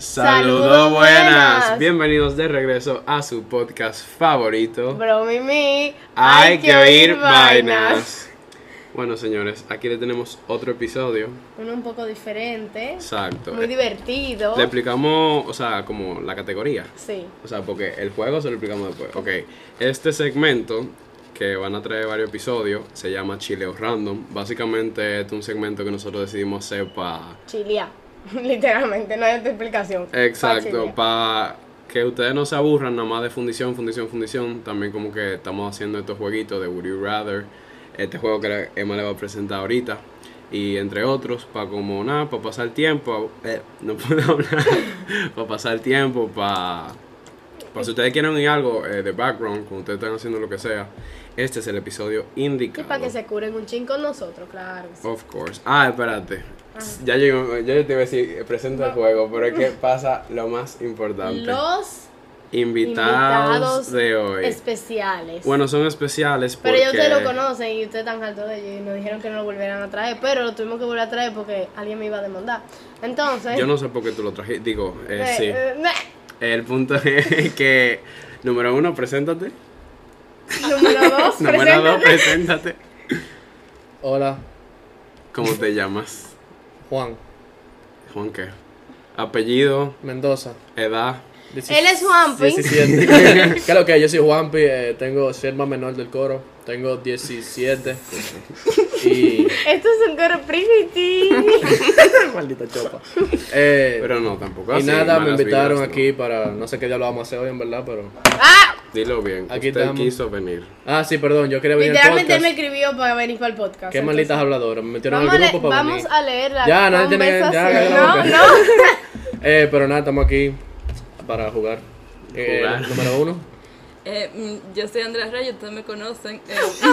Saludos buenas, bienvenidos de regreso a su podcast favorito, Bromimi, hay que oír vainas. Bueno señores, aquí le tenemos otro episodio. Uno un poco diferente. Exacto. Muy divertido. Le explicamos, o sea, como la categoría. Sí. O sea, porque el juego se lo explicamos después. Ok, este segmento, que van a traer varios episodios, se llama Chileo Random. Básicamente es un segmento que nosotros decidimos hacer para... Chilear, literalmente, no hay otra explicación. Exacto, para que ustedes no se aburran nada más de fundición. También como que estamos haciendo estos jueguitos de Would You Rather. Este juego que Emma le va a presentar ahorita. Y entre otros, para como nada, para pasar tiempo. No puedo hablar. Para pasar tiempo, para si ustedes quieren oír algo de background, cuando ustedes están haciendo lo que sea, este es el episodio indicado. Y para que se curen un chin con nosotros, claro. Sí. Of course. Espérate. Ya te iba a decir, presenta el juego, pero es que pasa lo más importante. Los invitados de hoy. Especiales. Bueno, son especiales porque... Pero ya ustedes lo conocen y ustedes están hartos de ellos y nos dijeron que no lo volvieran a traer, pero lo tuvimos que volver a traer porque alguien me iba a demandar. Entonces... Yo no sé por qué tú lo trajiste, digo, sí. El punto es que, número 1, preséntate. Número 2, preséntate. Hola. ¿Cómo te llamas? Juan. ¿Juan qué? Apellido. Mendoza. Edad. Él es Juanpi. 17. Claro que yo soy Juanpi, soy el más menor del coro. Tengo 17. Y... Esto es un coro primitivo. Maldita chopa. Pero no, tampoco así. Y nada, me invitaron vidas, aquí para... No sé qué día lo vamos a hacer hoy, en verdad, pero... ¡Ah! Dilo bien, aquí usted estamos. quiso venir. Sí, perdón, yo quería venir al Literalmente podcast. él me escribió para venir para el podcast. Qué malditas habladoras, me metieron Vamos, al grupo para venir. vamos a leer la Ya, nadie tiene... conversación. Ya, No. Pero nada, estamos aquí para jugar. Jugar. Número 1. Yo soy Andrea Reyes, ustedes me conocen.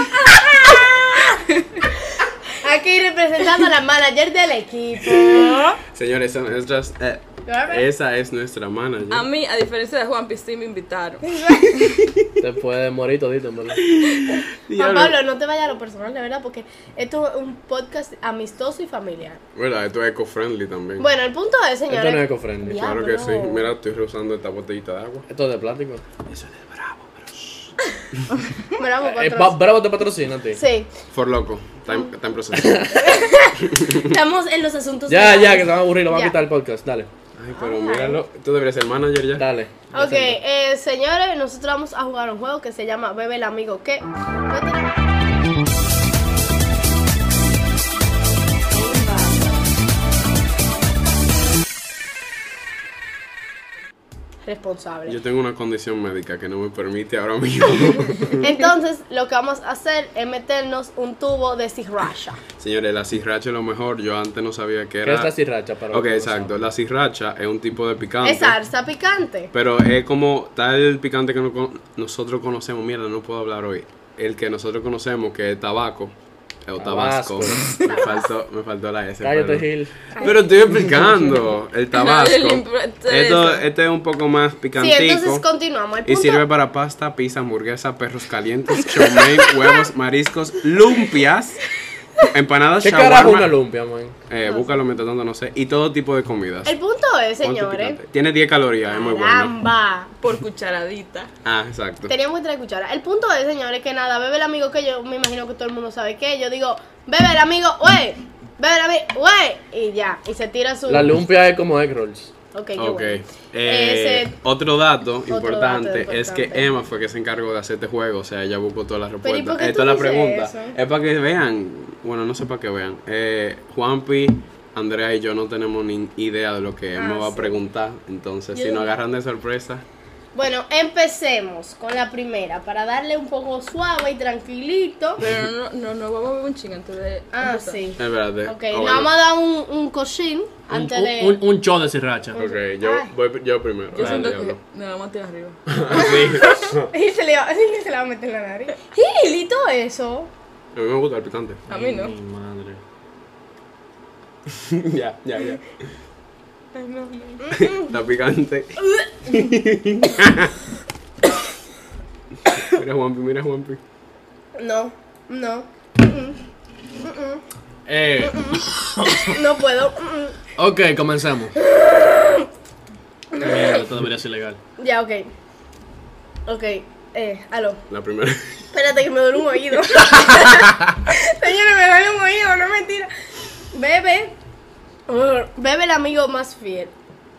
Aquí representando a la manager del equipo. Señores, esa es nuestra manager. A mí, a diferencia de Juanpi, sí me invitaron. Te puedes morir todito, en verdad. Juan Pablo, no te vayas a lo personal, de verdad, porque esto es un podcast amistoso y familiar. Verdad, esto es eco-friendly también. Bueno, el punto es, señores... Esto no es eco-friendly. Diablo. Claro que sí. Mira, estoy reusando esta botellita de agua. Esto es de plástico. Eso es de Bravo, Bravo, patrón. Bravo te patrocina a ti. Sí, For loco, está en proceso. estamos en los asuntos Ya, legales. que te van a aburrir, lo van a Ya. quitar el podcast, dale. Ay, pero míralo. Tú deberías ser manager ya. Dale. Ok, señores, nosotros vamos a jugar un juego que se llama Bebe el Amigo ¿Qué? Responsable. Yo tengo una condición médica que no me permite ahora mismo. Entonces, lo que vamos a hacer es meternos un tubo de sriracha. Señores, la sriracha es lo mejor. Yo antes no sabía qué ¿Qué era. es la sriracha para los Ok, que no exacto. saben? La sriracha es un tipo de picante. Es salsa picante. Pero es como tal picante que nosotros conocemos. Mierda, no puedo hablar hoy. El que nosotros conocemos, que es tabaco. O tabasco. Me faltó la S. Cállate, perdón. Gil. Pero estoy explicando. El tabasco. Nadie le importa eso. Este es un poco más Sí, picantico. entonces continuamos. El Y punto, sirve para pasta, pizza, hamburguesa, perros calientes, chow mein, huevos, mariscos, lumpias, empanadas, ¿Qué carajo es shawarma. una lumpia, man? Búscalo mientras tanto, no sé. Y todo tipo de comidas. el punto es, ¿Cuánto señores. picante? Tiene 10 calorías, es muy bueno. Caramba. Por cucharadita. Exacto. Teníamos 3 cucharas. El punto es, señores, que nada, bebe el amigo que yo me imagino que todo el mundo sabe que yo digo, bebe el amigo, wey, bebe el amigo, wey, y ya, y se tira su... La lumpia es como egg rolls. Ok, qué Ok. bueno. Otro dato dato importante es que importante. Emma fue que se encargó de hacer este juego. O sea, ella buscó todas las Pero, ¿y respuestas. por qué tú Todas las dices preguntas. eso? Es para que vean. Bueno, no sé para que vean. Juanpi, Andrea y yo no tenemos ni idea de lo que Emma va a sí. preguntar. Entonces, Yo si nos no. agarran de sorpresa. Bueno, empecemos con la primera, para darle un poco suave y tranquilito. Pero no vamos a ver un ching antes de. empezar. Sí. Espérate. Ok, Ah, le bueno. vamos a dar un cochín antes de... Un show de sriracha. Ok, Ay. yo primero. Yo Dale, siento diablo. que me vamos a tirar arriba. Sí. Y se le va a meter en la nariz. ¡Gil! ¿Y todo eso? A mí me gusta el picante. A mí no. Mi madre. Ya. Ay, no. Está picante. Mira Juanpi. No. Eh, No puedo. ok, comencemos. debería ser legal. Ya, ok. Ok, aló. La primera. Espérate que me duele un oído. Señores, me duele un oído, no es mentira. Bebe el amigo más fiel.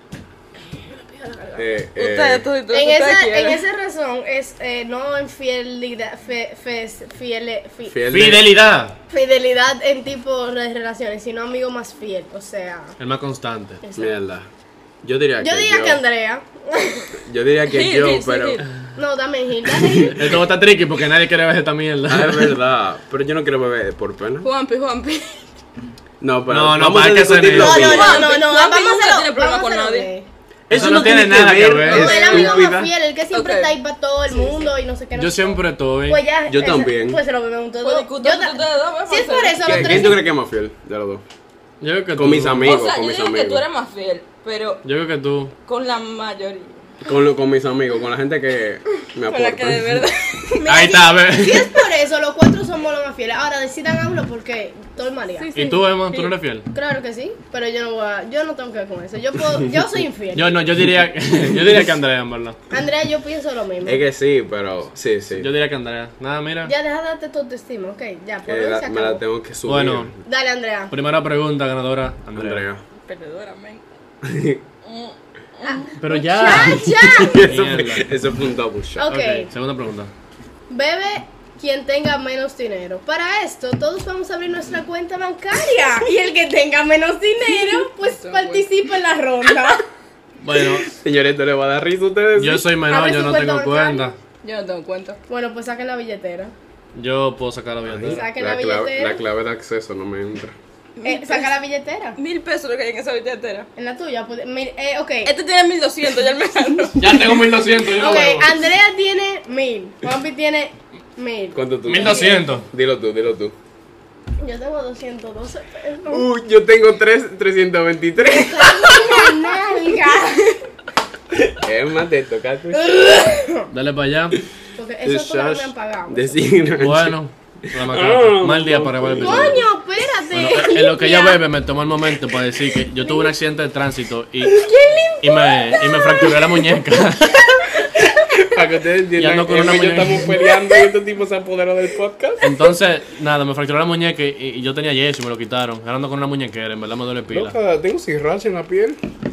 Ustedes, tú y tú, En ustedes esa quieren. razón es no en fidelidad, Fidelidad. fidelidad en tipo de relaciones, sino amigo más fiel, o sea. El más constante. Mierda. Yo diría Yo diría que Andrea. Yo diría que Gil, yo, Gil, sí, pero. Gil. No, dame Gil, dale Gil. Esto está tricky porque nadie quiere ver esta mierda. Ah, es verdad. Pero yo no quiero beber por pena. Juanpi. No, pero. No, no, vamos para a que se discutirlo No, bien. no, Juanpi vamos a nunca hacerlo. tiene problema Vamos a con hacerlo nadie. bien. Eso no tiene nada que ver. No, el amigo estúpida. más fiel, el que siempre Ok. está ahí para todo el mundo y no sé qué. no Yo sé siempre estoy. Pues ya, Yo esa- también. Pues se lo bebemos todos. Pues discutan Yo ta- ustedes dos, vamos a Si es por hacerlo. eso, los ¿Quién tres. tú crees que es más fiel de los dos? Yo creo que Con tú. mis amigos. O sea, con yo mis digo que amigos. tú eres más fiel, pero Yo creo que tú. con la mayoría. Con mis amigos, con la gente que me Con la aporta. que de verdad. Mira, Ahí está, a ver. Si es por eso, los cuatro somos los más fieles. Ahora decidan hablo porque estoy mareada. Sí, sí. ¿Y tú, Emma? ¿Tú no eres fiel? Claro que sí, pero yo no tengo que ver con eso. Yo soy infiel. Yo diría que Andrea, en verdad. Andrea, yo pienso lo mismo. Es que sí, pero sí. Yo diría que Andrea. Nada, mira. Ya deja de darte tu autoestima, ok, ya, por hoy se Me la acabó. tengo que subir. Bueno. Dale, Andrea. Primera pregunta, ganadora, Andrea. Andrea. Perdedora, men. Pero ya. ¡Ya! Mierda. Eso fue un double shot. Ok. Ok, segunda pregunta. Bebe quien tenga menos dinero. Para esto, todos vamos a abrir nuestra cuenta bancaria. Y el que tenga menos dinero, pues Eso, participa en la ronda. Bueno, Señores, ¿esto le va a dar risa a ustedes? yo soy A menor, ver yo su no cuenta tengo bancaria. cuenta. Yo no tengo cuenta. Bueno, pues saquen la billetera. Yo puedo sacar la billetera. Saquen la clave, billetera. la clave de acceso no me entra. Saca la billetera. 1,000 pesos lo que hay en esa billetera. En la tuya, pues, ok. Este tiene 1,200, ya el mejor. Ya tengo 1200, yo no Ok, huevo. Andrea tiene 1000. Juanpi tiene 1000. ¿Cuánto tú? 1200. Dilo tú. Yo tengo 212 pesos. Yo tengo 323. Nalga. Es más, te toca tu Dale para allá. Porque eso todavía no me han pagado. Bueno, mal día para ver el episodio. Coño, espérate. Bueno, en lo que ella Limpia. bebe me toma el momento para decir que yo tuve un accidente de tránsito y me fracturé la muñeca. Para que ustedes Y entiendan, ando con Emma una y yo muñeca. estamos peleando y este tipo se apoderó del podcast. Entonces, nada, me fracturé la muñeca y yo tenía yeso y me lo quitaron. Ahora ando con una muñequera, en verdad me duele pila. Loca, tengo cirracha en la piel.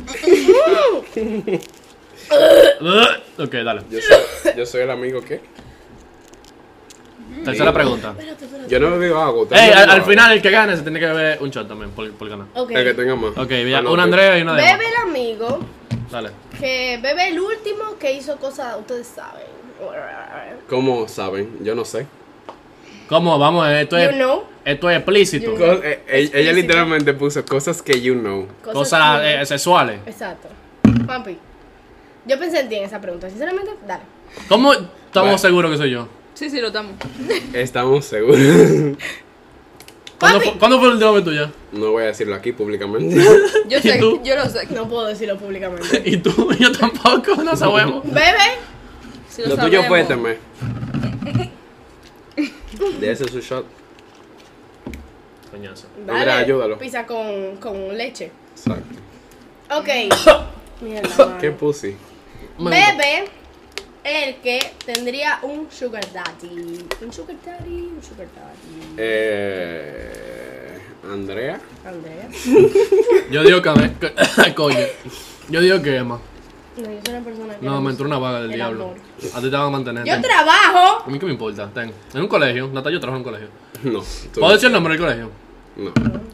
Ok, dale. Yo soy el amigo que. Tercera pregunta. Yo no bebo agua. ¿ustedes Ey, beben al agua? final el que gane se tiene que beber un shot también por ganar. Ok. El que tenga más. Ok, ya, Ah, no, una ok. Andrea y una de Emma. Bebe el amigo Dale. que bebe el último que hizo cosas, ustedes saben. ¿Cómo saben? Yo no sé. ¿Cómo? Vamos, esto You es, know. esto es explícito. You know. Ella literalmente puso cosas que you know. Cosas que- sexuales. Exacto. Juanpi. Yo pensé en ti en esa pregunta. Sinceramente, dale. ¿Cómo estamos Bueno. seguros que soy yo? Sí, lo estamos. Estamos seguros. Papi. ¿Cuándo fue el último vez tuya? No voy a decirlo aquí públicamente. Yo ¿Y sé, tú? yo lo sé. No puedo decirlo públicamente. ¿Y tú? Yo tampoco, no sabemos. Bebe. Sí Lo tuyo fue sabemos. Teme. De ese es su shot. Coñazo. Dale. Andrea, ayúdalo. Pizza con leche. Exacto. Ok. Mierda, mano. ¿Qué pussy? Bebe el que tendría un sugar daddy. Un sugar daddy. Andrea. Andrea. Yo digo que coño. Yo digo que Emma. No, yo soy una persona que No, me entró una vaga del el diablo. amor. A ti te van a mantener. Yo trabajo. A mí qué me importa. Ten. En un colegio. Nata, yo trabajo en un colegio. No. tú- ¿Puedo decir el nombre del colegio? No.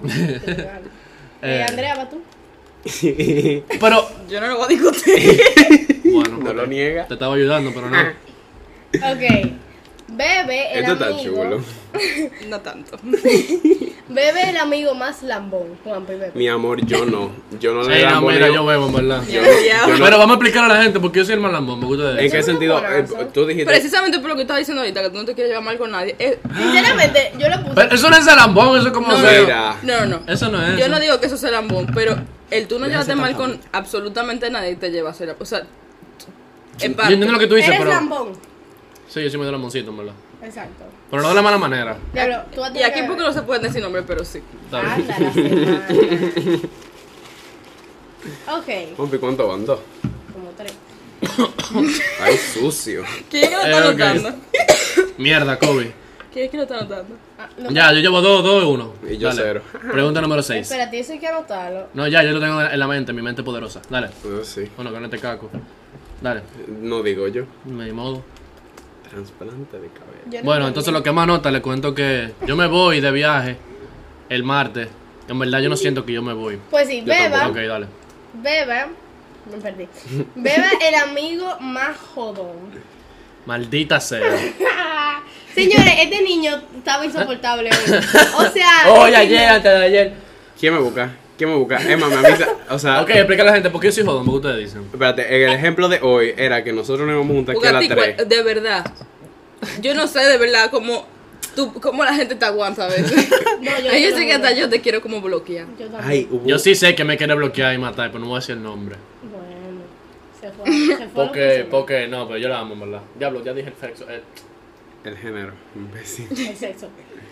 Andrea, ¿va tú? Pero, Yo no lo voy a discutir. bueno, No lo ok. niega. Te estaba ayudando, pero no. Ok. Bebe el Esto está amigo. chulo. No tanto. Bebe el amigo más lambón. Juanpi, bebe. Mi amor, yo no. Yo no Sí, le no, damos mira, ni- yo bebo, en verdad. Yo Ya. no- Pero vamos a explicar a la gente porque yo soy el malambón, me gusta de ¿En eso. qué Eso es un sentido? bonazo. Tú dijiste. Precisamente por lo que estás diciendo ahorita, que tú no te quieres llevar mal con nadie. Sinceramente, yo le puse. Pero eso no es el lambón, eso es como No, ser- Mira. No. Eso no es Yo eso. no digo que eso sea lambón, pero el tú no Deja llevarte ese mal pantalón. con absolutamente nadie te lleva a ser. O sea, en Yo parte. entiendo lo que tú dices, Eres pero. lambón. Sí, yo sí me doy lamboncito, en verdad. Exacto. Pero no de la mala manera. Diablo, tú vas a Y tener aquí que- porque no se pueden decir nombres, pero sí. Está bien. Anda la semana. Ok. Pompi, ¿cuánto van? ¿Dos? Como 3. Ay, sucio. ¿Quién es que lo está ok. anotando? Mierda, Kobe. ¿Quién es que lo está anotando? Ah, no, Ya, yo llevo 2, 2 y 1. Y yo 0. Pregunta número 6. espérate, eso hay que anotarlo. No, ya, yo lo tengo en la mente, mi mente poderosa. Dale. Sí. Bueno, con este caco. Dale. No digo yo. De modo. Trasplante de cabello. Yo no Bueno, tengo. entonces lo que más nota, le cuento que yo me voy de viaje el martes. En verdad yo no siento que yo me voy. Pues sí, Beba, Ok, dale. Beba, me perdí. Beba, el amigo más jodón. Maldita sea. Señores, este niño estaba insoportable hoy. O sea. Oye, este niño- antes de ayer. ¿Quién me busca? ¿Quién me busca? Emma, me avisa. O sea, Ok, explica a la gente por qué yo soy jodón, porque ustedes dicen. espérate, el ejemplo de hoy era que nosotros nos íbamos juntos aquí a las Bugatti, 3. de verdad. Yo no sé de verdad cómo la gente te aguanta a veces. No, yo Ay, yo te sé lo que hasta juro. yo te quiero como bloquear. Yo también. Ay, hubo. Yo sí sé que me quiere bloquear y matar, pero no voy a decir el nombre. Bueno, se fue. Se fue. Porque, no, pero yo la amo, en verdad. Diablo, ya dije el sexo. El género, imbécil. El sexo.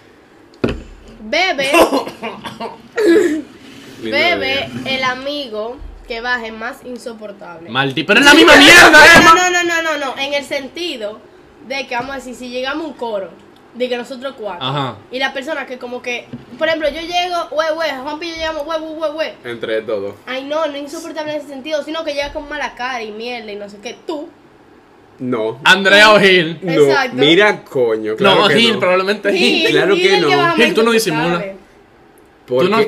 Bebe, Lindo Bebe, día. el amigo que baje más insoportable. Maldito. Pero es la misma mierda, Emma. No, en el sentido de que vamos a decir, si llegamos a un coro, de que nosotros 4, Ajá. y la persona que como que, por ejemplo, yo llego, Juanpi y yo llegamos, güey. Entre todos. Ay, no es insoportable en ese sentido, sino que llega con mala cara y mierda y no sé qué. Tú, No. Andrea o Gil. No. Exacto. Mira, coño. Claro No, que Gil, no. probablemente Gil. Claro que el no. baja más Gil, tú no insoportable. disimulas. Porque... Tú no.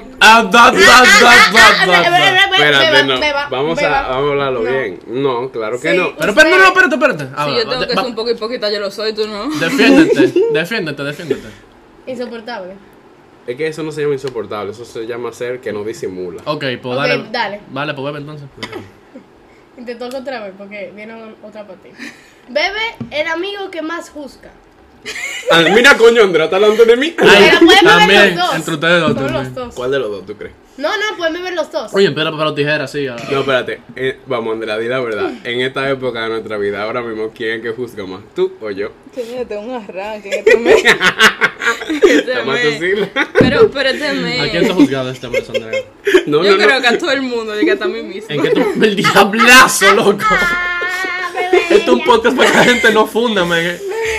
Espérate, no. Beba, Vamos beba. a hablarlo No. bien. No, claro que Sí. no. Pero, no, espérate. A Si ver, yo tengo que ser un poco hipócrita, yo lo soy, tú no. Defiéndete. Insoportable. Es que eso no se llama insoportable, eso se llama ser que no disimula. Ok, pues Ok, dale. dale. Vale, pues bebe entonces. Y te toca otra vez porque viene otra para ti. Bebe, el amigo que más juzga. Ah, mira, coño, Andrea está delante de mí. Pero pueden beber también, los dos. entre ustedes dos Son también. los dos. ¿Cuál de los dos tú crees? No, pueden beber los dos. Oye, espera para los tijeras, sí. No, espérate. Vamos, Andrea, di la verdad. En esta época de nuestra vida, ahora mismo, ¿quién es que juzga más? ¿Tú o yo? Este un arranque en este mes. Este Toma tu mes. sigla. Pero este mes. ¿A quién te has juzgado este mes, Andrea? No, Yo no, creo no. que a todo el mundo, y que hasta a mí mismo. ¿En qué tú? El diablazo, loco. Ah, bebé. Esto es un podcast para que la gente no funda, men.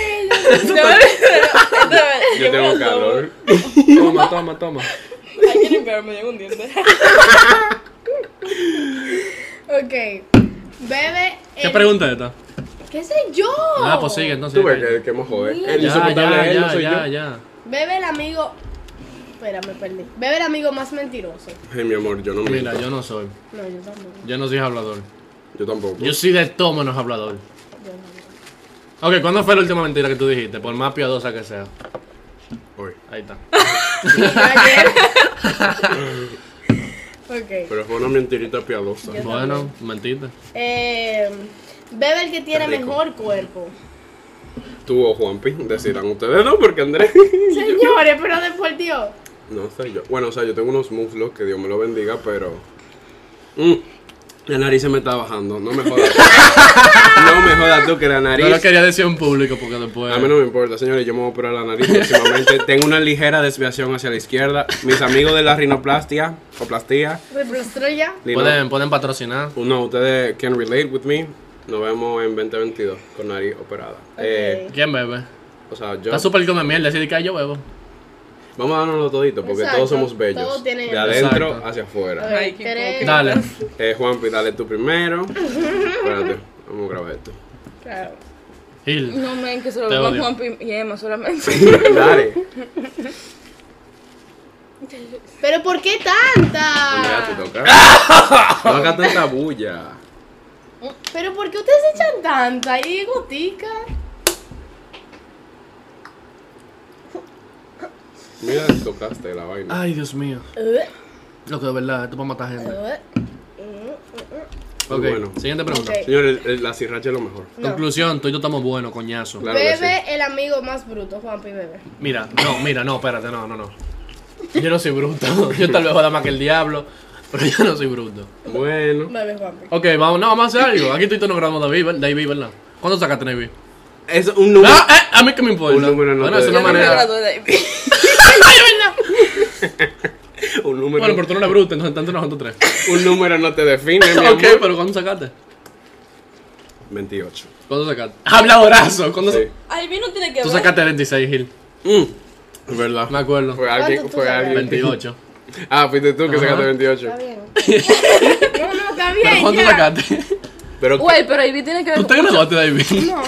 Yo tengo calor. Toma. Hay que limpiarme, me llegó un diente. Ok. Bebe. ¿Qué pregunta es esta? ¿Qué sé yo? Ah, pues sigue entonces. Tú ves que me jode. El Ya, insoportable es él, no soy yo. ya. Bebe el amigo. Espera, me perdí. Bebe el amigo más mentiroso. Ay, mi amor, yo no Mira, miento. yo no soy. No, yo tampoco. Yo no soy hablador. Yo tampoco. Yo soy de todo menos hablador. Ok, ¿cuándo fue la última mentira que tú dijiste? Por más piadosa que sea. Hoy. Ahí está. Ayer. Ok. Pero fue una mentirita piadosa. Yo Bueno, mentiste. Bebe el que tiene Qué rico. mejor cuerpo. Tú o Juanpi, decidan ustedes, ¿no? Porque Andrés. Señores, pero de por Dios. No sé yo. Bueno, o sea, yo tengo unos muslos que Dios me lo bendiga, pero. La nariz se me está bajando. No me jodas. No me jodas tú que la nariz. No lo quería decir en público porque después. A mí no me importa, señores. Yo me voy a operar la nariz próximamente. Tengo una ligera desviación hacia la izquierda. Mis amigos de la rinoplastia o plastía. Estrella. Pueden patrocinar. No, ustedes can relate with me. Nos vemos en 2022 con nariz operada. ¿Quién bebe? O sea, yo. Está súper come mierda, así que yo bebo. Vamos a darnos todito porque Exacto. todos somos bellos. Todos tienen- De adentro Exacto. hacia afuera. Ay, qué Tres. Dale. Juanpi, dale tú primero. Espérate, vamos a grabar esto. Claro. Gil. No, men, que se lo Te vemos odio. Juan y Emma solamente. Dale. Pero ¿por qué Andrea, tanta? te toca. No hagas tanta bulla. Pero ¿por qué ustedes echan tanta? Y gotica. Mira, tocaste la vaina. Ay, Dios mío. Lo que de verdad, esto para matar gente. Ok, Bueno. siguiente pregunta. Ok. Señores, la sriracha es lo mejor. No. Conclusión, tú y yo estamos buenos, coñazo. Claro que Bebe el amigo más bruto, Juanpi Bebe. Mira, no, espérate, no. Yo no soy bruto. Yo tal vez joda más que el diablo, pero yo no soy bruto. Bueno. Bebe Juanpi. Ok, vamos a hacer algo. Aquí tú y tú nos grabamos de Ivy, ¿verdad? ¿Cuándo sacaste Ivy? Es un número. A mí que me importa. Un número no bueno, te es Yo una no me manera. gradué de ahí. Un número. Bueno, pero tú no eres bruto, entonces tanto nosotros tres. Un número no te define, mi amor. Ok, pero ¿cuándo sacaste? 28. ¿Cuándo sacaste? ¡Habladorazo! ¿Cuándo Sí. Ay, no tiene que Tú ver. sacaste 26, Gil. Es verdad. Me acuerdo. Fue alguien. ¿Cuánto tú Fue sacas? alguien. 28. Ah, fuiste tú que Ajá. sacaste 28. Está bien. No, está bien. ¿Pero cuánto ya. sacaste? Pero, Güey, pero Ivy tiene que ver ¿Tú te mucho. graduaste, David?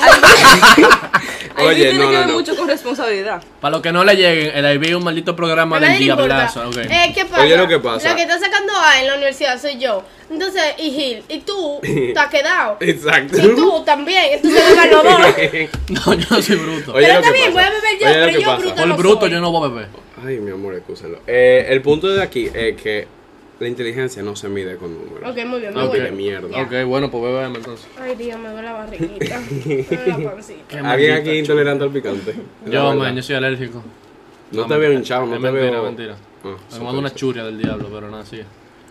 Oye, Ivy tiene no, que ver no. mucho con responsabilidad. Para los que no le lleguen, el IB es un maldito programa A nadie del le importa. diablazo. Ok. ¿Qué pasa? Oye, lo que pasa. La que está sacando A en la universidad soy yo. Entonces, y Gil, y tú te has quedado. Exacto. Y tú también. Entonces beban los dos. No, yo no soy bruto. Oye, Pero lo está que bien, pasa. voy a beber yo, Oye, lo pero que yo pasa. bruta Por no bruto soy. yo no voy a beber. Ay, mi amor, excúsenlo. El punto de aquí es que la inteligencia no se mide con números. Ok, muy bien, Ok. muy De bien. mierda. Ya. Ok, bueno, pues bebeme entonces. Ay, Dios, me duele la barriguita. Me duele la pancita. Qué ¿Alguien maldita aquí intolerante al picante? La Yo, verdad. man, yo soy alérgico. No te veo hinchado, no Es te mentira, veo. mentira. Ah, Me mando una churia del diablo, pero nada, sí.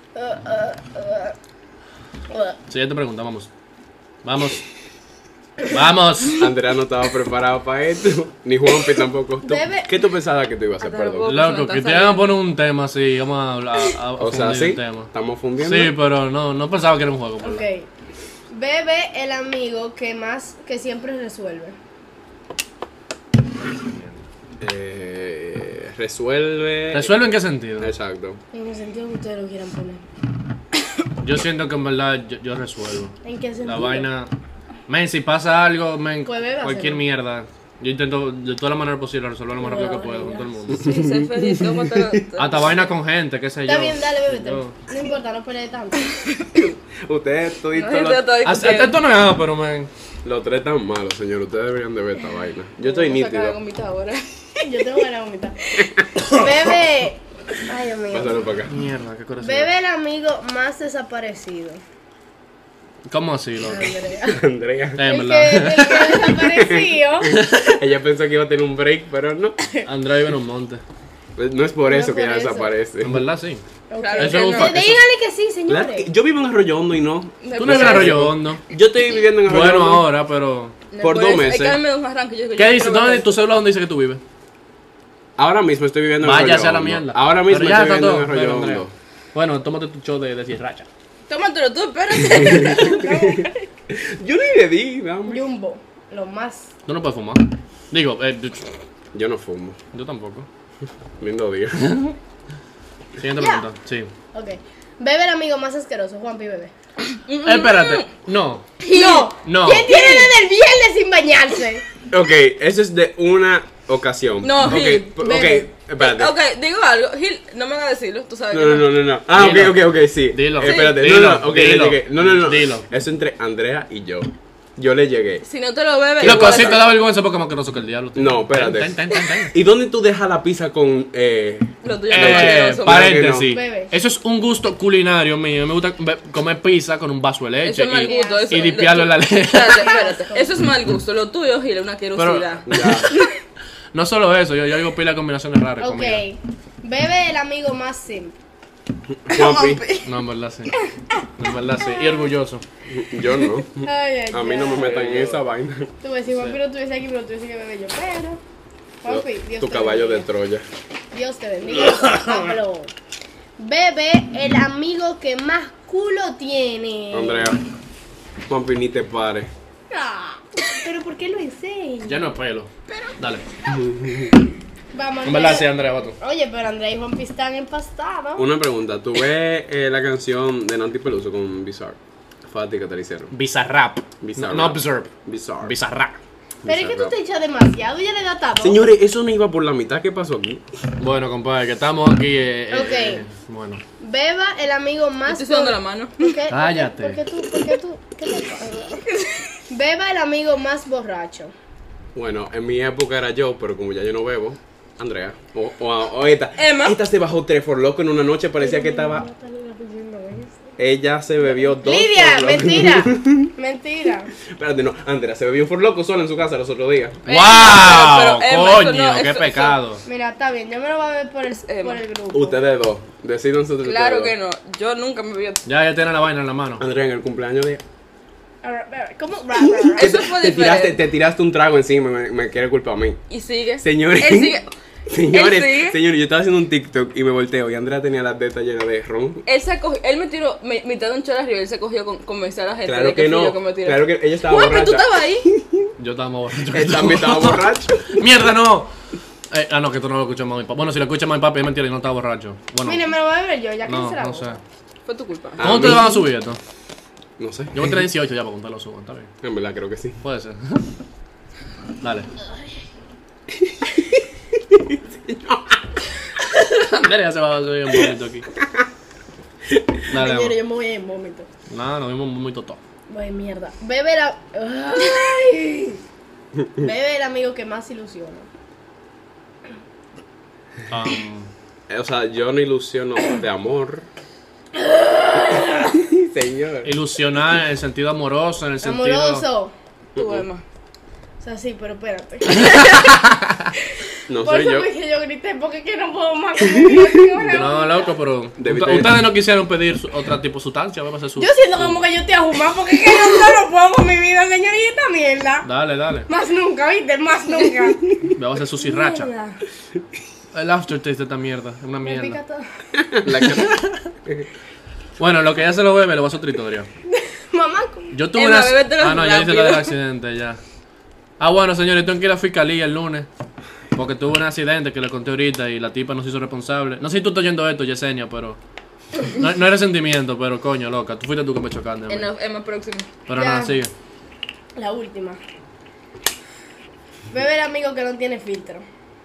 Siguiente pregunta, vamos. Vamos. ¡Vamos! Andrea no estaba preparado para esto, ni Juanpi tampoco. Bebe. ¿Qué tú pensabas que tú ibas a hacer? Hasta Perdón. luego. Loco, que te van a poner un tema así, vamos a hablar, a O sea, fundir sí, el tema. estamos fundiendo. Sí, pero no pensaba que era un juego. por Ok. verdad. Bebe el amigo que siempre resuelve. Resuelve. ¿Resuelve en qué sentido? Exacto. En el sentido que ustedes lo quieran poner. Yo siento que en verdad yo resuelvo. ¿En qué sentido? La vaina. Men, si pasa algo, men, Pues bebe, cualquier hazlo. mierda. Yo intento de toda la manera posible resolver lo más rápido que puedo con todo el mundo. Sí, sé feliz, tómatelo. Hasta vaina con gente, qué sé yo. Está bien, dale, bébete. Yo- No importa, no pelees tanto. Ustedes toditos No, los, yo estoy Hasta esto no es nada, pero men. los tres tan malos, señor. Ustedes deberían de ver esta vaina. Yo estoy Vamos a sacar la nítido. gomita ahora. Yo tengo ganas de vomitar. Bebe. Ay, Dios mío. Pásalo para acá. Mierda, qué corazón. Bebe el amigo más desaparecido. ¿Cómo así, loco? Andrea. Andrea. En El que verdad. desapareció. Ella pensó que iba a tener un break, pero no. Andrea vive en un monte. No es por No eso es que por ella eso. desaparece. En verdad, sí. Ok. Claro Eso que es un no. fa- Díganle que sí, señores. Yo vivo en Arroyo Hondo y no. Tú no vives en Arroyo Hondo. Yo estoy viviendo en Arroyo Bueno, Hondo. ahora, pero. Por Después, 2 meses. Es que a mí me da un arranque. Yo, ¿Qué dice? ¿Dónde tu cédula dónde dice que tú vives? Ahora mismo estoy viviendo en Arroyo Váyase a la Hondo. mierda. Ahora mismo Pero ya estoy está viviendo en todo. Arroyo Ven, Andrea. Hondo. Bueno, tómate tu show de sirracha. Tómatelo tú, espérate. Yo ni le di, dame. Jumbo. Lo más. Tú no puedes fumar. Digo, Yo no fumo. yo tampoco. Lindo día. Siguiente Ya. pregunta. Sí. Ok. Bebe el amigo más asqueroso. Juanpi, bebe. Espérate. No. No. No. ¿Quién tiene desde el viernes sin bañarse? Ok, eso es de una ocasión. No, ok, Gil, ok, espérate. Ok, digo algo. Gil, no me hagas decirlo, tú sabes No, que no, no, no. Ah, Dilo. ok, sí. Dilo. Espérate, Dilo. no, no, ok, le Dilo. llegué. No, no, no. Dilo. Eso entre Andrea y yo. Yo le llegué. Si no te lo bebes. Loco, igual así te está- da vergüenza porque más que no soy que el diablo. tío. No, espérate. Ten. ¿Y dónde tú dejas la pizza con Lo tuyo no es asqueroso. Paréntesis. Bebe. Eso es un gusto culinario mío. Me gusta comer pizza con un vaso de leche. Eso es mal gusto. Eso, y dipiarlo en la leche. Espérate. Eso es mal gusto. Lo tuyo, Gil, es una asquerosidad. Ya. No solo eso, yo digo pila de combinaciones raras. de Ok. comida. Bebe el amigo más simp. Juanpi, No, en verdad sí. No, en verdad sí. Y orgulloso. yo no. Ay, ay, A mí no me metan en esa vaina. Tú ves, si Juanpi no estuviese aquí, pero tuviese que beber yo. Pero. Juanpi, Dios Tu te caballo de bendiga. Troya. Dios te bendiga. Pablo. Bebe el amigo que más culo tiene. Andrea. Juanpi, ni te pares. Ah, pero ¿por qué lo enseña? Ya no es pelo. Dale. Vamos, En verdad sí, Andrea. Andrea, va tú. Oye, pero Andrea y Juanpi están empastados. Una pregunta. ¿Tú ves la canción de Nanti Peluso con Bizarre? Fati que te la hicieron. Bizarrap. Bizarrap. No observe. Bizarre. Bizarrap. Pero es que tú te echas demasiado, ya le da tapón. Señores, eso no iba por la mitad. ¿Qué pasó aquí? Bueno, compadre, que estamos aquí. Ok. Bueno. Beba el amigo más. Estoy sudando la mano. ¿Por qué? Cállate. ¿Por qué tú? ¿Qué te pasa? Beba el amigo más borracho. Bueno, en mi época era yo, pero como ya yo no bebo, Andrea. O esta. Emma. Esta se bajó 3 for loco en una noche. Parecía que estaba. Ella se bebió 2 Lidia, for Loco. mentira. Mentira. Espérate, no. Andrea se bebió un for loco sola en su casa los otros días. ¡Wow! pero, Emma, ¡Coño! eso no, ¡Qué eso- pecado! Mira, está bien, yo me lo voy a ver por el grupo. Ustedes dos. Decídense entre Claro ustedes que dos. no. Yo nunca me vi. Ya tiene la vaina en la mano. Andrea, en el cumpleaños de. ¿Cómo? Eso fue te diferente. tiraste un trago encima y me quiere culpar a mí. Y sigue. Señores. Él sigue. Señores, ¿Él sigue? señores, yo estaba haciendo un TikTok y me volteo y Andrea tenía las tetas llenas de ron. Él me tiró mitad de un chorro arriba y él se cogió con convencer a la gente Claro de que fui yo no, que me tiré. claro que ella estaba Juan, pero tú borracha. estabas ahí. Yo estaba más borracho. Él también estaba borracho. ¡Mierda, no! No, que tú no lo escuchas más mi papá. Bueno, si lo escuchas más mi papá, es mentira, yo no estaba borracho. Bueno, Mire, me lo voy a beber yo, ya que no, se la no boca. sé. Fue tu culpa. Ah, ¿Cómo te mí- van a subir esto? No sé. Yo voy a tener 18 ya para contarlo suban, está bien. En verdad creo que sí. Puede ser. Dale. Andrea ya se va a subir un poquito aquí. Dale, Señores, vamos. yo me voy en vómito. Nada, nos vimos muy toto. Voy mierda. Bebe la... Ay. Bebe el amigo que más ilusiona. O sea, yo no ilusiono de amor. Señor. Ilusionar en el sentido amoroso, en el sentido... Amoroso. Tú, Emma. O sea, sí, pero espérate. No Por soy eso yo. fue que yo grité, porque es que no puedo más con mi ilusión. No, loco, pero Debiste- ustedes no quisieron pedir otro tipo de sustancia, vamos a hacer su... Yo siento como que yo estoy ahumada, porque es que yo no puedo con mi vida, señorita, mierda. Dale, dale. Más nunca, ¿viste? Más nunca. Vamos a hacer su sirracha. Mierda. El aftertaste de esta mierda, es una Me mierda. pica todo. La que- Bueno, lo que ya se lo bebe, le voy a hacer otra historia. Mamá, Yo tuve Emma, una... bébetelo Ah, no, ya hice rápido. la del accidente, ya. Ah, bueno, señores, tengo que ir a la fiscalía el lunes. Porque tuve un accidente que le conté ahorita y la tipa no se hizo responsable. No sé si tú estás oyendo esto, Yesenia, pero... No es resentimiento, pero coño, loca. Tú fuiste tú que me chocaste. hombre. Emma próximo. Pero Ya. nada, sigue. la última. Bebe el amigo que no tiene filtro.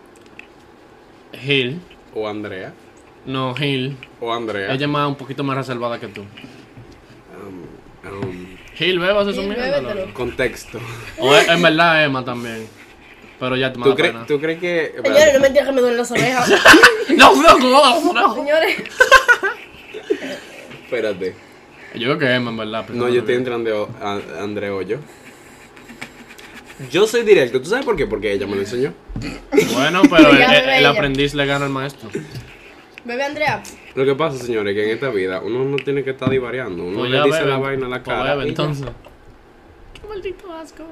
Gil. O Andrea. No, Gil. O Andrea. Ella es más, un poquito más reservada que tú. Um, Gil, bebas eso Gil, mierda. bébetelo. loco. contexto. O en verdad Emma también. Pero ya te me da pena. ¿Tú crees que.? Señores, no me entiendes que me duelen las orejas. No. Señores. Espérate. Yo creo que Emma, en verdad. No, yo estoy entrando a Andrea Hoyo. Yo soy directo. ¿Tú sabes por qué? Porque ella me lo enseñó. Bueno, pero Ya, bebé, el ya. aprendiz le gana al maestro. Bebe Andrea. Lo que pasa, señores, que en esta vida uno no tiene que estar divariando. Uno Pues le ya dice bebe, la vaina a la pues cara. bebe, y ya. entonces. Qué maldito asco.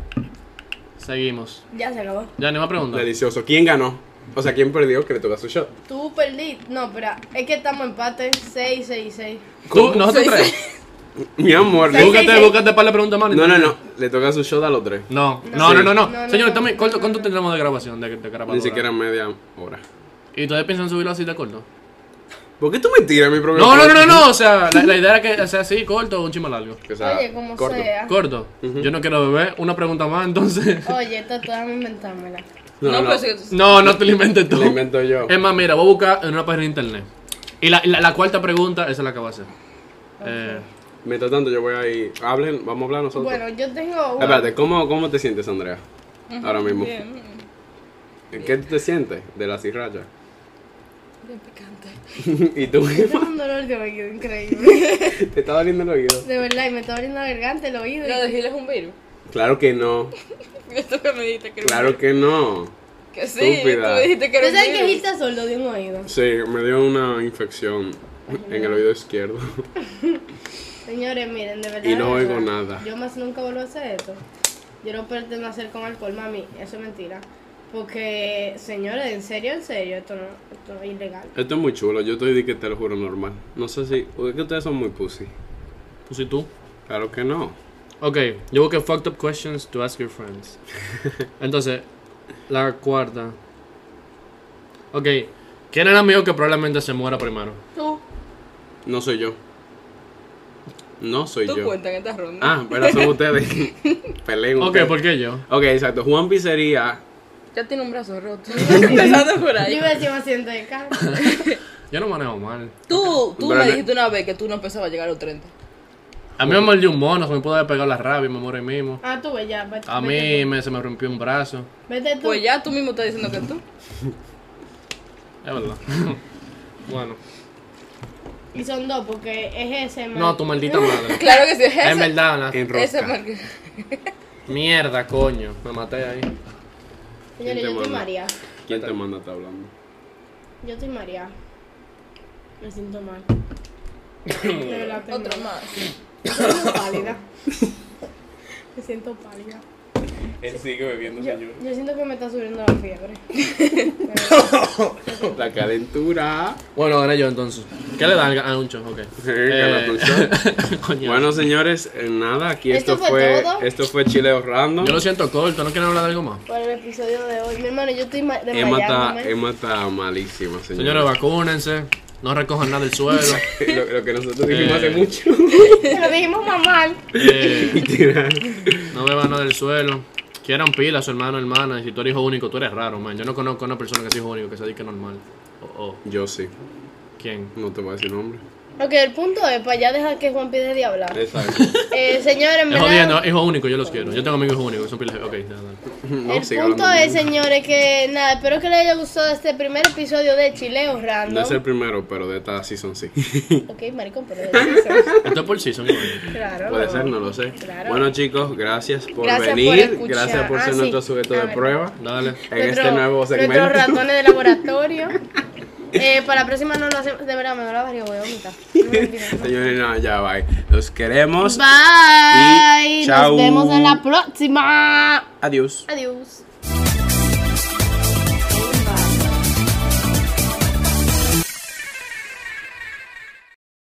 Seguimos. Ya se acabó. Ya, ni más preguntas. Delicioso. ¿Quién ganó? O sea, ¿quién perdió? Que le toca su shot. Tú perdí. No, espera. Es que estamos empate. 6, 6, 6. ¿Tú? ¿Nosotros Sí, tres? Mi amor. Sí, sí, sí. Búscate para la pregunta más. No. Le toca su shot a los tres. No. Sí. No, Señores, no. ¿cuánto tendremos de grabación? De grabadora? Ni siquiera media hora. ¿Y ustedes piensan subirlo así de corto? ¿Por qué tú me tiras mi programa? No. O sea, la idea era que sea así, corto o un chisme largo. O sea, Oye, como corto. sea. Corto. Yo no quiero beber. Una pregunta más, entonces. Oye, esto déjame inventármela. No, pero sí que No te lo inventes tú. Lo invento yo. Es más, mira, voy a buscar en una página de internet. Y la cuarta pregunta, esa es la que voy a hacer. Mientras tanto, yo voy a ir. Vamos a hablar nosotros. Bueno, yo tengo una. Espérate, ¿cómo te sientes, Andrea? Ahora mismo. bien, ¿Qué te sientes de la cirracha? bien picante. ¿Y tú? Yo tengo un dolor de oído increíble. ¿Te está doliendo el oído? De verdad, y me está abriendo la garganta, el oído. Lo de Gil es un virus. Claro que no. Esto que me dijiste que era un Claro que no. virus. Que sí, Estúpida. tú me dijiste que era ¿Tú un sabes que Gil virus. está sordo de un oído? Sí, me dio una infección en el oído izquierdo. Señores, miren, de verdad. Y no de oigo verdad, nada. Yo más nunca vuelvo a hacer esto. Yo no pretendo hacer con alcohol, mami. Eso es mentira. Porque, señores, en serio, esto no es ilegal. Esto es muy chulo. Yo estoy de que te lo juro normal. No sé si. Es que ustedes son muy pussy. Pues si tú. Claro que no. Ok, yo busqué fucked up questions to ask your friends. Entonces, la cuarta. Ok, ¿quién es el amigo que probablemente se muera primero? Tú. No soy yo. No soy Tú yo. cuentas en esta ronda. Ah, pero son ustedes. Peleen Ok, ustedes. ¿por qué yo? Ok, exacto. Juanpi sería. Ya tiene un brazo roto. Empezando por Yo ahí. iba a decir un accidente de carro. Yo no manejo mal. Tú Pero me le- dijiste una vez que tú no empezabas a llegar a los 30. A mí me mordió un mono, se me pudo haber pegado la rabia y me muero ahí mismo. Ah, tú ves ya. A mí se me rompió un brazo. Vete tú. Pues ya tú mismo estás diciendo que tú. Es verdad. Bueno. Y son dos, porque es ese, man. No, tu maldita madre. Claro que sí, es ese. Es verdad, ¿no? En Ese rosca. marque. Mierda, coño. Me maté ahí. Señores, ¿Quién te yo estoy manda? María. ¿Quién te manda a estar hablando? Yo estoy María. Me siento mal. De verdad que Otro no. más. Me siento pálida. Me siento pálida. Él sigue bebiendo, Yo señor. siento que me está subiendo la fiebre. La calentura. Bueno, gané yo entonces. ¿Qué le dan a un show? Ok. Gana tu show. Coño. Bueno, señores, nada, aquí ¿Esto esto fue todo? esto fue Chileo Random. Yo lo siento corto, ¿no quieren hablar de algo más? Por el episodio de hoy. Mi hermano, yo estoy Emma está malísima, Señores, señores. vacúnense. No recojan nada del suelo. Lo que nosotros dijimos hace mucho. Lo dijimos más mal. No beban nada del suelo. Quieran pila a su hermano o hermana. Y si tú eres hijo único, tú eres raro, man. Yo no conozco a una persona que sea hijo único que se dedique normal. Yo sí, ¿Quién? no te voy a decir nombre. Ok, el punto es para ya dejar que Juan pide de hablar. Exacto. Señores, en Es jodiendo, verdad, hijo único, yo los quiero. Yo tengo amigos hijos únicos, son pilas. Ok, ya, dale. No, el siga punto hablando. es, señores, que nada, espero que les haya gustado este primer episodio de Chileo No Random. es el primero, pero de esta season sí. Ok, maricón, pero de eso. Esto es por season, igual. Claro. Puede ser, no lo sé. Claro. Bueno, chicos, gracias por Gracias por venir. escuchar. Gracias por ser Sí. nuestro sujeto de ver. prueba Dale. en este nuevo segmento. Nuestros ratones de laboratorio. Para la próxima no lo hacemos. De verdad, me da la barriga, voy a vomitar. No me olvides. Señores, no, ya, bye. Los queremos. Bye. Y chao. Nos vemos en la próxima. Adiós. Adiós.